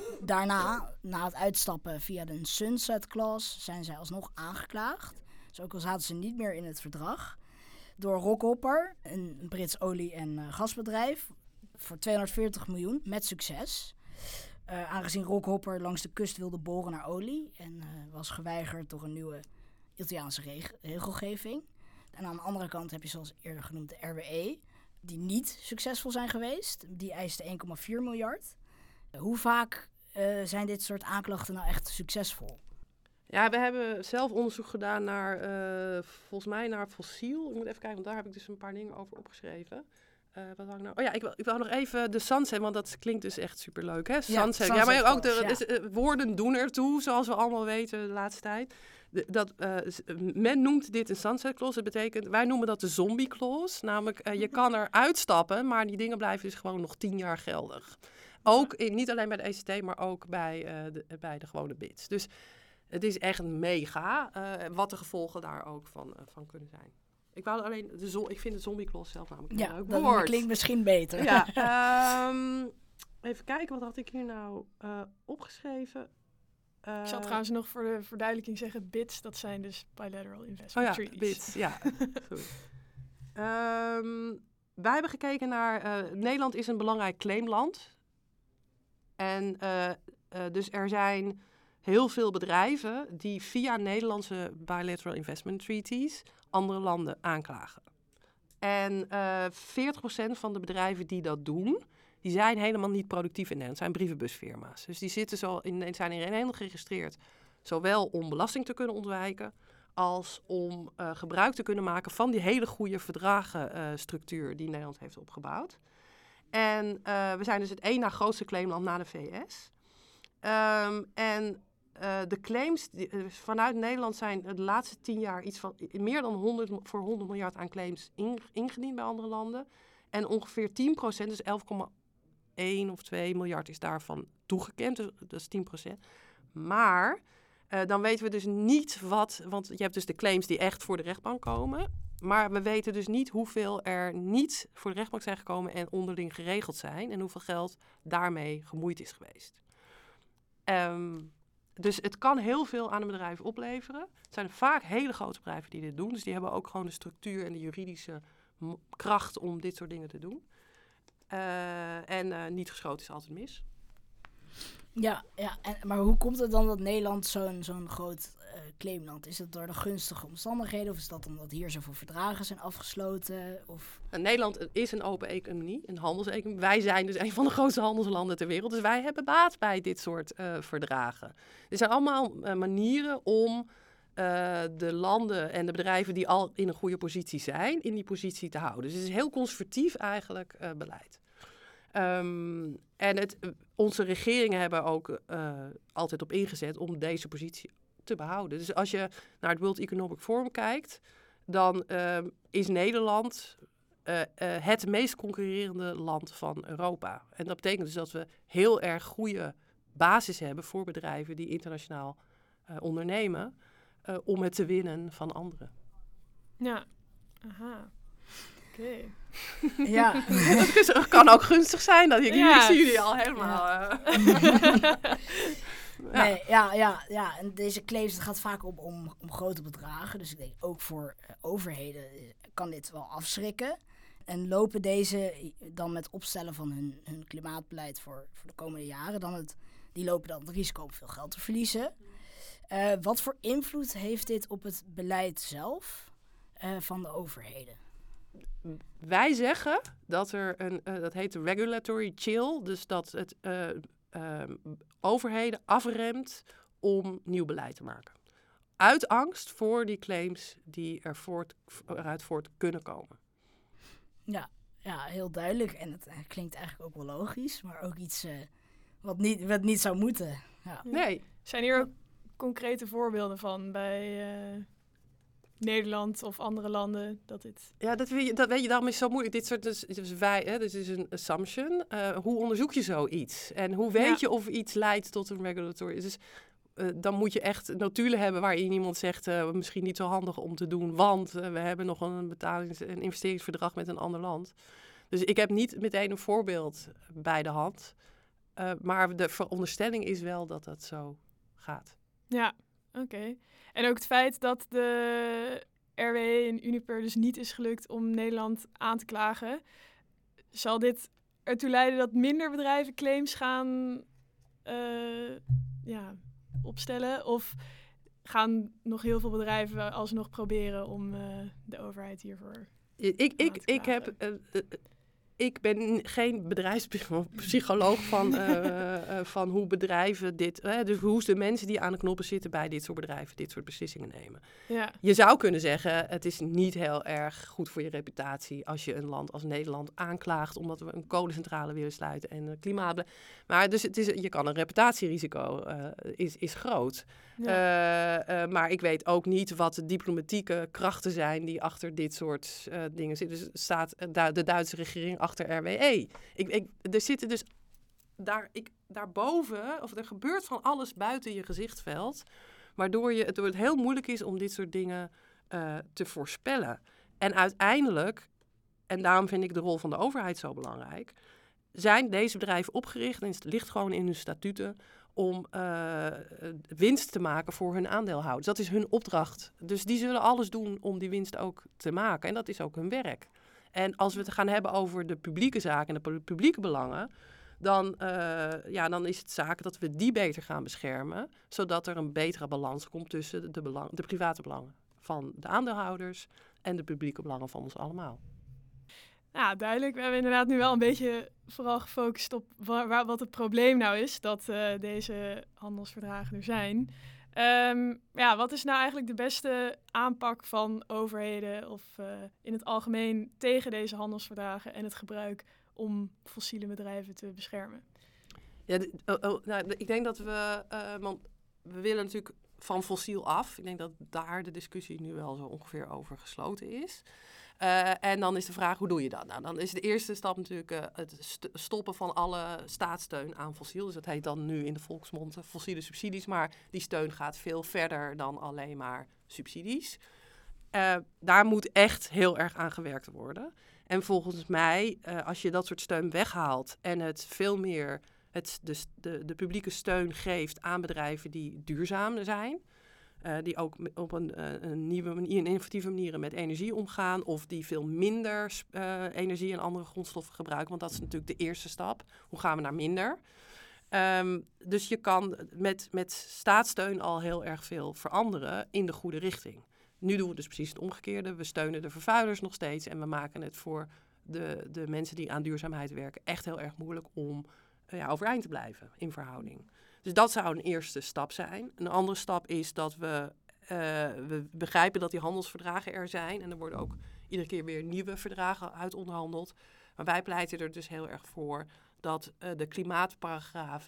Speaker 2: daarna, na het uitstappen via de sunset clause, zijn zij alsnog aangeklaagd. Dus ook al zaten ze niet meer in het verdrag. Door Rockhopper, een Brits olie- en uh, gasbedrijf, voor tweehonderdveertig miljoen, met succes. Uh, aangezien Rockhopper langs de kust wilde boren naar olie en uh, was geweigerd door een nieuwe Italiaanse reg- regelgeving. En aan de andere kant heb je zoals eerder genoemd de R W E, die niet succesvol zijn geweest. Die eiste één komma vier miljard. Uh, hoe vaak uh, zijn dit soort aanklachten nou echt succesvol?
Speaker 3: Ja, we hebben zelf onderzoek gedaan naar, uh, volgens mij naar fossiel. Ik moet even kijken, want daar heb ik dus een paar dingen over opgeschreven. Uh, wat wou ik nou? Oh ja, ik wil, ik wil nog even de sunset, want dat klinkt dus echt superleuk, hè? Sunset. Ja, sunset ja maar ook de, ja. dus, uh, woorden doen ertoe, zoals we allemaal weten de laatste tijd. De, dat, uh, men noemt dit een sunset clause. Dat betekent, wij noemen dat de zombie clause. Namelijk, uh, je kan er uitstappen, maar die dingen blijven dus gewoon nog tien jaar geldig. Ook, in, niet alleen bij de E C T, maar ook bij, uh, de, bij de gewone B I T's. Dus het is echt mega, uh, wat de gevolgen daar ook van, uh, van kunnen zijn. Ik wou alleen, de zo- ik vind het zombie clause zelf namelijk een
Speaker 2: ja,
Speaker 3: leuk
Speaker 2: dat
Speaker 3: woord.
Speaker 2: klinkt misschien beter.
Speaker 3: Ja, um, even kijken, wat had ik hier nou uh, opgeschreven? Uh,
Speaker 4: ik zal trouwens nog voor de verduidelijking zeggen, B I T's, dat zijn dus bilateral investment
Speaker 3: oh ja,
Speaker 4: treaties.
Speaker 3: B I T's, ja. Sorry. Um, wij hebben gekeken naar, uh, Nederland is een belangrijk claimland. En uh, uh, dus er zijn heel veel bedrijven die via Nederlandse bilateral investment treaties andere landen aanklagen. En uh, veertig procent van de bedrijven die dat doen, die zijn helemaal niet productief in Nederland. Het zijn brievenbusfirma's. Dus die zitten zo in, zijn in Nederland geregistreerd, zowel om belasting te kunnen ontwijken, als om uh, gebruik te kunnen maken van die hele goede verdragenstructuur uh, die Nederland heeft opgebouwd. En uh, we zijn dus het één na grootste claimland na de V S. Um, en uh, de claims die, uh, vanuit Nederland zijn de laatste tien jaar iets van meer dan honderd, voor honderd miljard aan claims in, ingediend bij andere landen. En ongeveer tien procent, dus elf komma één of twee miljard is daarvan toegekend. Dus dat is tien procent. Maar uh, dan weten we dus niet wat, want je hebt dus de claims die echt voor de rechtbank komen. Maar we weten dus niet hoeveel er niet voor de rechtbank zijn gekomen en onderling geregeld zijn. En hoeveel geld daarmee gemoeid is geweest. Um, dus het kan heel veel aan een bedrijf opleveren. Het zijn vaak hele grote bedrijven die dit doen. Dus die hebben ook gewoon de structuur en de juridische m- kracht om dit soort dingen te doen. Uh, en uh, niet geschoten is altijd mis.
Speaker 2: Ja, ja en, maar hoe komt het dan dat Nederland zo'n, zo'n groot uh, claimland? Is het door de gunstige omstandigheden of is dat omdat hier zoveel verdragen zijn afgesloten? Of?
Speaker 3: Nou, Nederland is een open economie, een handelseconomie. Wij zijn dus een van de grootste handelslanden ter wereld. Dus wij hebben baat bij dit soort uh, verdragen. Er zijn allemaal uh, manieren om uh, de landen en de bedrijven die al in een goede positie zijn, in die positie te houden. Dus het is heel conservatief eigenlijk uh, beleid. Um, en het, onze regeringen hebben ook uh, altijd op ingezet om deze positie te behouden. Dus als je naar het World Economic Forum kijkt, dan uh, is Nederland uh, uh, het meest concurrerende land van Europa. En dat betekent dus dat we heel erg goede basis hebben voor bedrijven die internationaal uh, ondernemen, uh, om het te winnen van anderen.
Speaker 4: Ja, aha. Oké. Okay.
Speaker 2: Ja.
Speaker 3: Dus het kan ook gunstig zijn. Dat ik,
Speaker 4: Ja.
Speaker 3: ik zie jullie al helemaal...
Speaker 2: Ja.
Speaker 3: Uh,
Speaker 2: Ja. Nee, ja, ja, ja. En deze claims, het gaat vaak om, om, om grote bedragen. Dus ik denk ook voor uh, overheden kan dit wel afschrikken. En lopen deze dan met opstellen van hun, hun klimaatbeleid voor, voor de komende jaren, dan het, die lopen dan het risico om veel geld te verliezen. Uh, wat voor invloed heeft dit op het beleid zelf uh, van de overheden?
Speaker 3: Wij zeggen dat er een, uh, dat heet de regulatory chill, dus dat het uh, uh, overheden afremt om nieuw beleid te maken. Uit angst voor die claims die er voort, eruit voort kunnen komen.
Speaker 2: Ja, ja, heel duidelijk. En het uh, klinkt eigenlijk ook wel logisch, maar ook iets uh, wat, niet, wat niet zou moeten. Ja.
Speaker 3: Nee.
Speaker 4: Zijn hier ook concrete voorbeelden van bij uh, Nederland of andere landen dat dit...
Speaker 3: Ja, dat weet je, dat weet je, daarom is het zo moeilijk. Dit soort, dus, dus wij, hè, dit is een assumption. Uh, hoe onderzoek je zoiets? En hoe weet ja. je of iets leidt tot een regulatory... Dus, uh, dan moet je echt notulen hebben waarin iemand zegt, uh, misschien niet zo handig om te doen, want uh, we hebben nog een betalings- een investeringsverdrag met een ander land. Dus ik heb niet meteen een voorbeeld bij de hand. Uh, maar de veronderstelling is wel dat dat zo gaat.
Speaker 4: Ja, oké. Okay. En ook het feit dat de R W E en Uniper dus niet is gelukt om Nederland aan te klagen. Zal dit ertoe leiden dat minder bedrijven claims gaan uh, ja, opstellen? Of gaan nog heel veel bedrijven alsnog proberen om uh, de overheid hiervoor
Speaker 3: ik, ik, ik, ik heb... Uh, uh, Ik ben geen bedrijfspsycholoog van, uh, uh, van hoe bedrijven dit... Uh, dus hoe de mensen die aan de knoppen zitten bij dit soort bedrijven dit soort beslissingen nemen. Ja. Je zou kunnen zeggen, het is niet heel erg goed voor je reputatie als je een land als Nederland aanklaagt omdat we een kolencentrale willen sluiten en een klimaat... Maar dus het is, je kan een reputatierisico uh, is, is groot. Ja. Uh, uh, maar ik weet ook niet wat de diplomatieke krachten zijn die achter dit soort uh, dingen zitten. Dus staat uh, de Duitse regering achter R W E. Ik, ik, er zitten dus daar, ik, daarboven, of er gebeurt van alles buiten je gezichtsveld, waardoor je, het, het heel moeilijk is om dit soort dingen uh, te voorspellen. En uiteindelijk, en daarom vind ik de rol van de overheid zo belangrijk, zijn deze bedrijven opgericht, en het ligt gewoon in hun statuten, om uh, winst te maken voor hun aandeelhouders. Dat is hun opdracht. Dus die zullen alles doen om die winst ook te maken. En dat is ook hun werk. En als we het gaan hebben over de publieke zaken en de publieke belangen, dan, uh, ja, dan is het zaak dat we die beter gaan beschermen, zodat er een betere balans komt tussen de, belang, de private belangen van de aandeelhouders en de publieke belangen van ons allemaal.
Speaker 4: Ja, duidelijk. We hebben inderdaad nu wel een beetje vooral gefocust op waar, waar, wat het probleem nou is dat uh, deze handelsverdragen er zijn. Um, ja, wat is nou eigenlijk de beste aanpak van overheden of uh, in het algemeen tegen deze handelsverdragen en het gebruik om fossiele bedrijven te beschermen?
Speaker 3: Ja, de, oh, oh, nou, de, ik denk dat we, uh, want we willen natuurlijk van fossiel af. Ik denk dat daar de discussie nu wel zo ongeveer over gesloten is. Uh, en dan is de vraag, hoe doe je dat? Nou, dan is de eerste stap natuurlijk uh, het st- stoppen van alle staatssteun aan fossiel. Dus dat heet dan nu in de volksmond uh, fossiele subsidies. Maar die steun gaat veel verder dan alleen maar subsidies. Uh, daar moet echt heel erg aan gewerkt worden. En volgens mij, uh, als je dat soort steun weghaalt en het veel meer het, de, de, de publieke steun geeft aan bedrijven die duurzaam zijn, Uh, die ook op een, uh, een nieuwe manier, een innovatieve manier met energie omgaan, of die veel minder uh, energie en andere grondstoffen gebruiken, want dat is natuurlijk de eerste stap. Hoe gaan we naar minder? Um, dus je kan met, met staatssteun al heel erg veel veranderen in de goede richting. Nu doen we dus precies het omgekeerde. We steunen de vervuilers nog steeds en we maken het voor de, de mensen die aan duurzaamheid werken echt heel erg moeilijk om uh, ja, overeind te blijven in verhouding. Dus dat zou een eerste stap zijn. Een andere stap is dat we, uh, we begrijpen dat die handelsverdragen er zijn. En er worden ook iedere keer weer nieuwe verdragen uit onderhandeld. Maar wij pleiten er dus heel erg voor dat uh, de klimaatparagrafen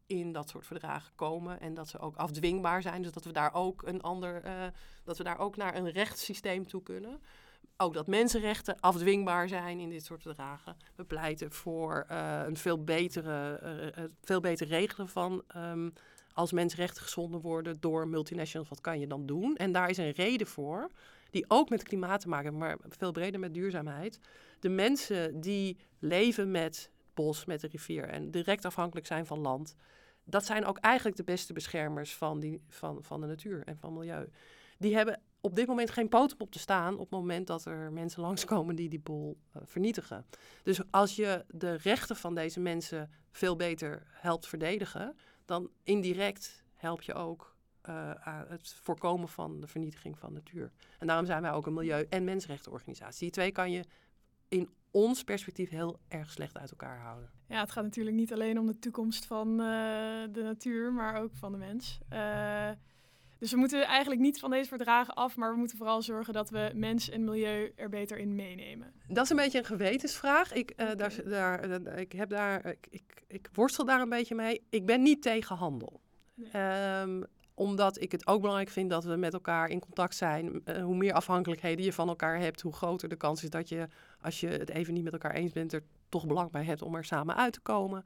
Speaker 3: in dat soort verdragen komen en dat ze ook afdwingbaar zijn. Dus dat we daar ook een ander, uh, dat we daar ook naar een rechtssysteem toe kunnen. Ook dat mensenrechten afdwingbaar zijn in dit soort verdragen. We pleiten voor uh, een veel betere, uh, veel beter regelen van um, als mensenrechten geschonden worden door multinationals, wat kan je dan doen? En daar is een reden voor, die ook met klimaat te maken heeft, maar veel breder met duurzaamheid. De mensen die leven met het bos, met de rivier en direct afhankelijk zijn van land, dat zijn ook eigenlijk de beste beschermers van, die, van, van de natuur en van milieu. Die hebben op dit moment geen poten op te staan op het moment dat er mensen langskomen die die boel uh, vernietigen. Dus als je de rechten van deze mensen veel beter helpt verdedigen, dan indirect help je ook uh, aan het voorkomen van de vernietiging van natuur. En daarom zijn wij ook een milieu- en mensenrechtenorganisatie. Die twee kan je in ons perspectief heel erg slecht uit elkaar houden.
Speaker 4: Ja, het gaat natuurlijk niet alleen om de toekomst van uh, de natuur, maar ook van de mens. Uh, dus we moeten eigenlijk niet van deze verdragen af, maar we moeten vooral zorgen dat we mens en milieu er beter in meenemen.
Speaker 3: Dat is een beetje een gewetensvraag. Ik, uh, daar, daar, uh, ik, heb daar, ik, ik, ik worstel daar een beetje mee. Ik ben niet tegen handel. Nee. Um, omdat ik het ook belangrijk vind dat we met elkaar in contact zijn. Uh, hoe meer afhankelijkheden je van elkaar hebt, hoe groter de kans is dat je, als je het even niet met elkaar eens bent, er toch belang bij hebt om er samen uit te komen.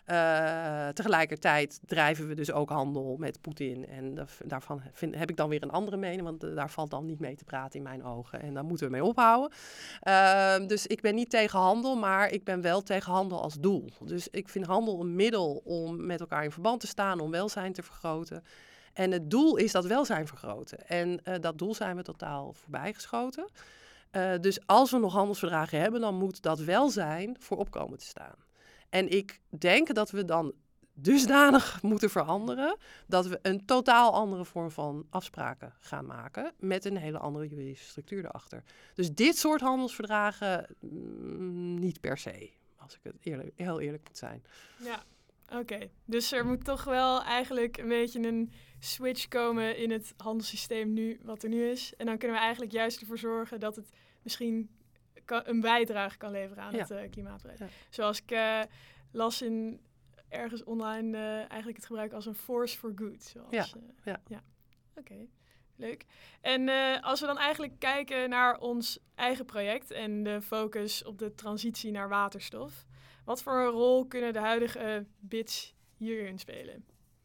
Speaker 3: Uh, tegelijkertijd drijven we dus ook handel met Poetin. En da- daarvan vind, heb ik dan weer een andere mening, want uh, daar valt dan niet mee te praten in mijn ogen. En daar moeten we mee ophouden. Uh, dus ik ben niet tegen handel, maar ik ben wel tegen handel als doel. Dus ik vind handel een middel om met elkaar in verband te staan, om welzijn te vergroten. En het doel is dat welzijn vergroten. En uh, dat doel zijn we totaal voorbijgeschoten. Uh, dus als we nog handelsverdragen hebben, dan moet dat welzijn voorop komen te staan. En ik denk dat we dan dusdanig moeten veranderen dat we een totaal andere vorm van afspraken gaan maken met een hele andere juridische structuur erachter. Dus dit soort handelsverdragen mm, niet per se, als ik het eerlijk, heel eerlijk moet zijn.
Speaker 4: Ja, oké. Okay. Dus er moet toch wel eigenlijk een beetje een switch komen in het handelssysteem nu, wat er nu is. En dan kunnen we eigenlijk juist ervoor zorgen dat het misschien een bijdrage kan leveren aan ja. het uh, klimaatbeleid. Ja. Zoals ik uh, las in ergens online uh, eigenlijk het gebruik als een force for good. Zoals,
Speaker 3: ja.
Speaker 4: Uh,
Speaker 3: ja.
Speaker 4: ja. Oké, okay. Leuk. En uh, als we dan eigenlijk kijken naar ons eigen project en de focus op de transitie naar waterstof, wat voor een rol kunnen de huidige uh, B I T's hierin spelen?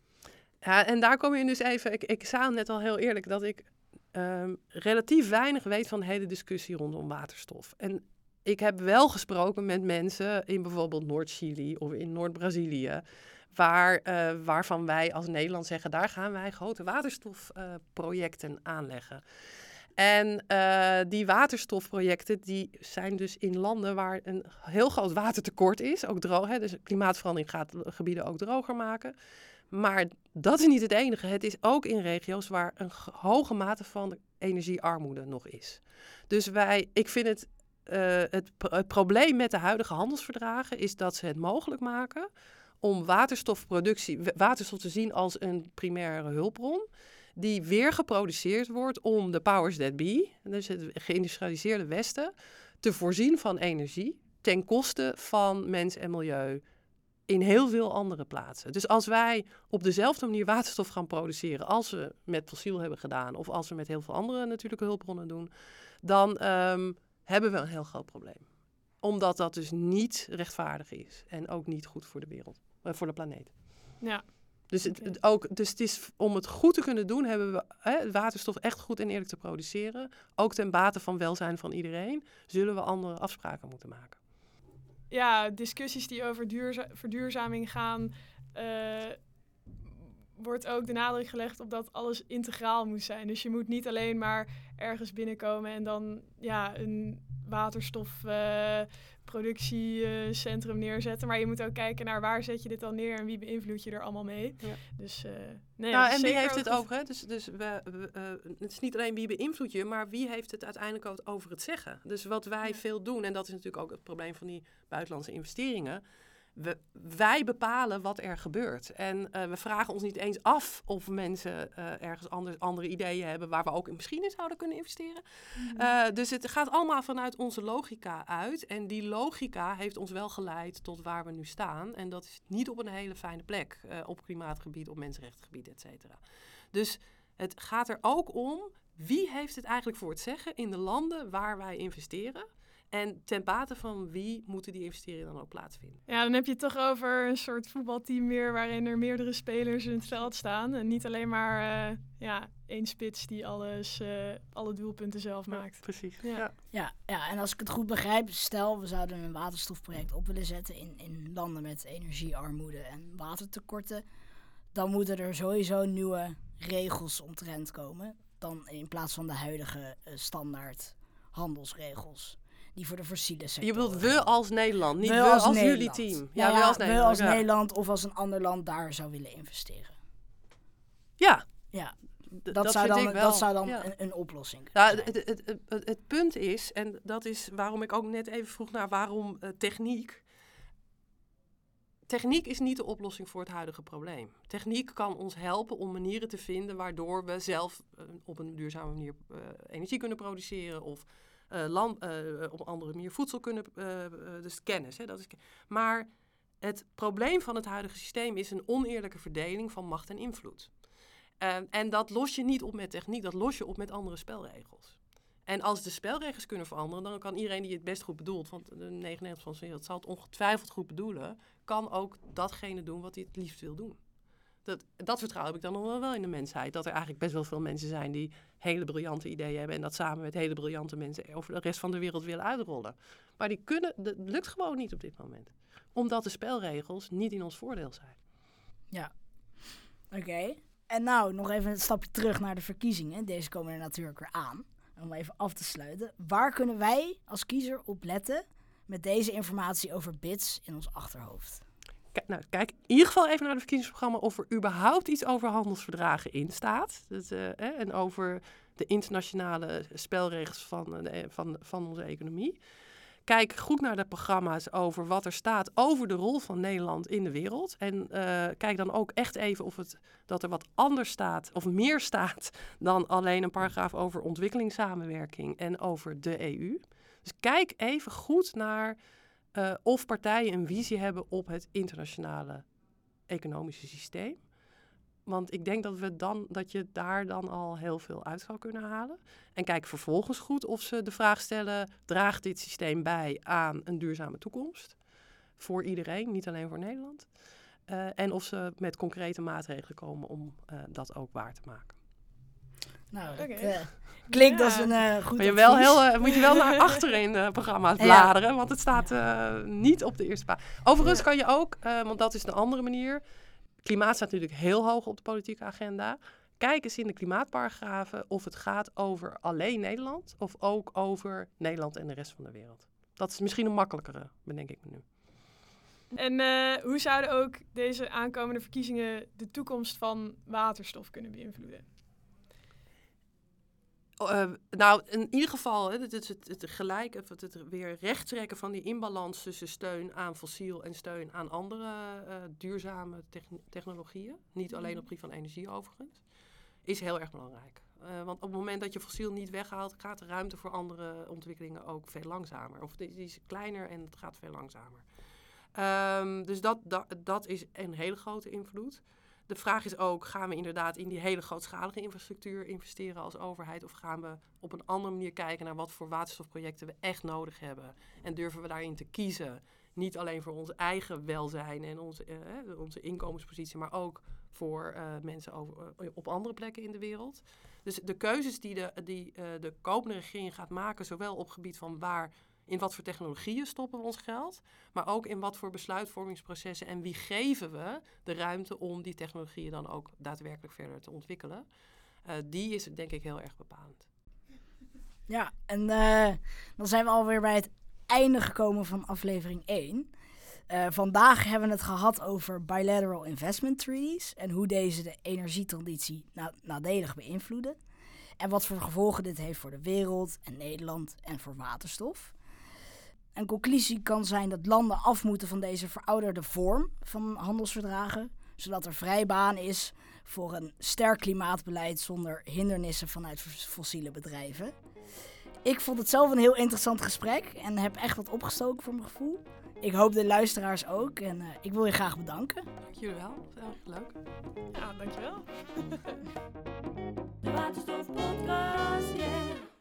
Speaker 3: Ja, en daar kom je dus even, ik, ik zei net al heel eerlijk dat ik Um, relatief weinig weet van de hele discussie rondom waterstof. En ik heb wel gesproken met mensen in bijvoorbeeld Noord-Chili of in Noord-Brazilië, waar, uh, waarvan wij als Nederland zeggen, daar gaan wij grote waterstofprojecten uh, aanleggen. En uh, die waterstofprojecten die zijn dus in landen waar een heel groot watertekort is, ook droog, hè, dus klimaatverandering gaat gebieden ook droger maken. Maar dat is niet het enige. Het is ook in regio's waar een hoge mate van energiearmoede nog is. Dus wij, ik vind het, uh, het, het probleem met de huidige handelsverdragen is dat ze het mogelijk maken om waterstofproductie, waterstof te zien als een primaire hulpbron, die weer geproduceerd wordt om de powers that be, dus het geïndustrialiseerde Westen, te voorzien van energie ten koste van mens en milieu in heel veel andere plaatsen. Dus als wij op dezelfde manier waterstof gaan produceren als we met fossiel hebben gedaan of als we met heel veel andere natuurlijke hulpbronnen doen, dan um, hebben we een heel groot probleem. Omdat dat dus niet rechtvaardig is en ook niet goed voor de wereld, uh, voor de planeet.
Speaker 4: Ja.
Speaker 3: Dus het, het ook, dus het is, om het goed te kunnen doen, hebben we hè, waterstof echt goed en eerlijk te produceren. Ook ten bate van welzijn van iedereen, zullen we andere afspraken moeten maken.
Speaker 4: Ja, discussies die over duurza- verduurzaming gaan, uh, wordt ook de nadruk gelegd op dat alles integraal moet zijn. Dus je moet niet alleen maar ergens binnenkomen en dan ja, een waterstofproductiecentrum uh, neerzetten. Maar je moet ook kijken naar waar zet je dit dan neer en wie beïnvloed je er allemaal mee. Ja. Dus, uh, nee,
Speaker 3: nou, en wie heeft het over? Hè? Dus, dus we, we, uh, het is niet alleen wie beïnvloedt je, maar wie heeft het uiteindelijk ook over het zeggen. Dus wat wij ja. veel doen, en dat is natuurlijk ook het probleem van die buitenlandse investeringen. we, wij bepalen wat er gebeurt. En uh, we vragen ons niet eens af of mensen uh, ergens anders, andere ideeën hebben waar we ook misschien in zouden kunnen investeren. Mm-hmm. Uh, dus het gaat allemaal vanuit onze logica uit. En die logica heeft ons wel geleid tot waar we nu staan. En dat is niet op een hele fijne plek. Uh, op klimaatgebied, op mensenrechtengebied, et cetera. Dus het gaat er ook om, wie heeft het eigenlijk voor het zeggen in de landen waar wij investeren? En ten bate van wie moeten die investeringen dan ook plaatsvinden?
Speaker 4: Ja, dan heb je het toch over een soort voetbalteam weer waarin er meerdere spelers in het veld staan. En niet alleen maar uh, ja, één spits die alles, uh, alle doelpunten zelf maakt.
Speaker 3: Ja, precies.
Speaker 4: Ja.
Speaker 2: Ja. Ja, ja, en als ik het goed begrijp, stel we zouden een waterstofproject op willen zetten in, in landen met energiearmoede en watertekorten. Dan moeten er sowieso nieuwe regels omtrent komen. Dan in plaats van de huidige uh, standaard handelsregels. Die voor de fossiele sector.
Speaker 3: Je bedoelt we als Nederland, niet we,
Speaker 2: we
Speaker 3: als,
Speaker 2: als
Speaker 3: jullie team.
Speaker 2: Ja,
Speaker 3: Ja,
Speaker 2: ja,
Speaker 3: we als
Speaker 2: we
Speaker 3: Nederland.
Speaker 2: als
Speaker 3: ja.
Speaker 2: Nederland of als een ander land daar zou willen investeren.
Speaker 3: Ja.
Speaker 2: Ja,
Speaker 3: D-
Speaker 2: dat,
Speaker 3: dat
Speaker 2: zou
Speaker 3: vind
Speaker 2: dan,
Speaker 3: ik wel.
Speaker 2: dat zou dan
Speaker 3: Ja.
Speaker 2: een, een oplossing kunnen
Speaker 3: Ja,
Speaker 2: zijn.
Speaker 3: het, het, het, het, het punt is, en dat is waarom ik ook net even vroeg naar waarom uh, techniek. Techniek is niet de oplossing voor het huidige probleem. Techniek kan ons helpen om manieren te vinden waardoor we zelf uh, op een duurzame manier uh, energie kunnen produceren of uh, land, uh, op een andere manier voedsel kunnen, uh, uh, dus kennis. Hè, dat is, maar het probleem van het huidige systeem is een oneerlijke verdeling van macht en invloed. Uh, en dat los je niet op met techniek, dat los je op met andere spelregels. En als de spelregels kunnen veranderen, dan kan iedereen die het best goed bedoelt, want de negenennegentig procent van de wereld zal het ongetwijfeld goed bedoelen, kan ook datgene doen wat hij het liefst wil doen. Dat, dat vertrouwen heb ik dan nog wel, wel in de mensheid. Dat er eigenlijk best wel veel mensen zijn die hele briljante ideeën hebben en dat samen met hele briljante mensen over de rest van de wereld willen uitrollen. Maar die kunnen, dat lukt gewoon niet op dit moment. Omdat de spelregels niet in ons voordeel zijn.
Speaker 2: Ja, oké. Okay. En nou, nog even een stapje terug naar de verkiezingen. Deze komen er natuurlijk weer aan. Om even af te sluiten. Waar kunnen wij als kiezer op letten met deze informatie over B I T S in ons achterhoofd?
Speaker 3: Kijk, nou, kijk in ieder geval even naar het verkiezingsprogramma of er überhaupt iets over handelsverdragen in staat. Dus, uh, eh, en over de internationale spelregels van, uh, van, van onze economie. Kijk goed naar de programma's over wat er staat over de rol van Nederland in de wereld. En uh, kijk dan ook echt even of het, dat er wat anders staat of meer staat dan alleen een paragraaf over ontwikkelingssamenwerking en over de E U. Dus kijk even goed naar uh, of partijen een visie hebben op het internationale economische systeem. Want ik denk dat, we dan, dat je daar dan al heel veel uit zou kunnen halen. En kijk vervolgens goed of ze de vraag stellen, draagt dit systeem bij aan een duurzame toekomst? Voor iedereen, niet alleen voor Nederland. Uh, en of ze met concrete maatregelen komen om uh, dat ook waar te maken.
Speaker 2: Nou, dat
Speaker 4: okay.
Speaker 2: uh, klinkt
Speaker 4: ja.
Speaker 2: als een uh, goed
Speaker 3: Maar je wel
Speaker 2: advies.
Speaker 3: heel, uh, moet je wel naar achteren in de programma's bladeren, ja. Want het staat uh, niet op de eerste plaats. Overigens ja. kan je ook, uh, want dat is de andere manier. Klimaat staat natuurlijk heel hoog op de politieke agenda. Kijk eens in de klimaatparagrafen of het gaat over alleen Nederland of ook over Nederland en de rest van de wereld. Dat is misschien een makkelijkere, bedenk ik me nu.
Speaker 4: En uh, hoe zouden ook deze aankomende verkiezingen de toekomst van waterstof kunnen beïnvloeden?
Speaker 3: Uh, nou, in ieder geval, hè, het, het, het, het gelijk, het, het weer rechttrekken van die inbalans tussen steun aan fossiel en steun aan andere uh, duurzame techn- technologieën. Niet alleen op het gebied van energie overigens. Is heel erg belangrijk. Uh, want op het moment dat je fossiel niet weghaalt, gaat de ruimte voor andere ontwikkelingen ook veel langzamer. Of die, die is kleiner en het gaat veel langzamer. Um, dus dat, dat, dat is een hele grote invloed. De vraag is ook, gaan we inderdaad in die hele grootschalige infrastructuur investeren als overheid? Of gaan we op een andere manier kijken naar wat voor waterstofprojecten we echt nodig hebben? En durven we daarin te kiezen? Niet alleen voor ons eigen welzijn en onze, uh, onze inkomenspositie, maar ook voor uh, mensen over, uh, op andere plekken in de wereld. Dus de keuzes die de, die, uh, de komende regering gaat maken, zowel op het gebied van waar, in wat voor technologieën stoppen we ons geld, maar ook in wat voor besluitvormingsprocessen en wie geven we de ruimte om die technologieën dan ook daadwerkelijk verder te ontwikkelen. Uh, die is denk ik heel erg bepalend.
Speaker 2: Ja, en uh, dan zijn we alweer bij het einde gekomen van aflevering één. Uh, vandaag hebben we het gehad over bilateral investment treaties en hoe deze de energietransitie na- nadelig beïnvloeden. En wat voor gevolgen dit heeft voor de wereld en Nederland en voor waterstof. Een conclusie kan zijn dat landen af moeten van deze verouderde vorm van handelsverdragen, zodat er vrij baan is voor een sterk klimaatbeleid zonder hindernissen vanuit fossiele bedrijven. Ik vond het zelf een heel interessant gesprek en heb echt wat opgestoken voor mijn gevoel. Ik hoop de luisteraars ook en uh, ik wil je graag bedanken.
Speaker 3: Dank jullie wel. Dat was heel erg leuk.
Speaker 4: Ja, dankjewel.
Speaker 1: De Waterstof Podcast, yeah.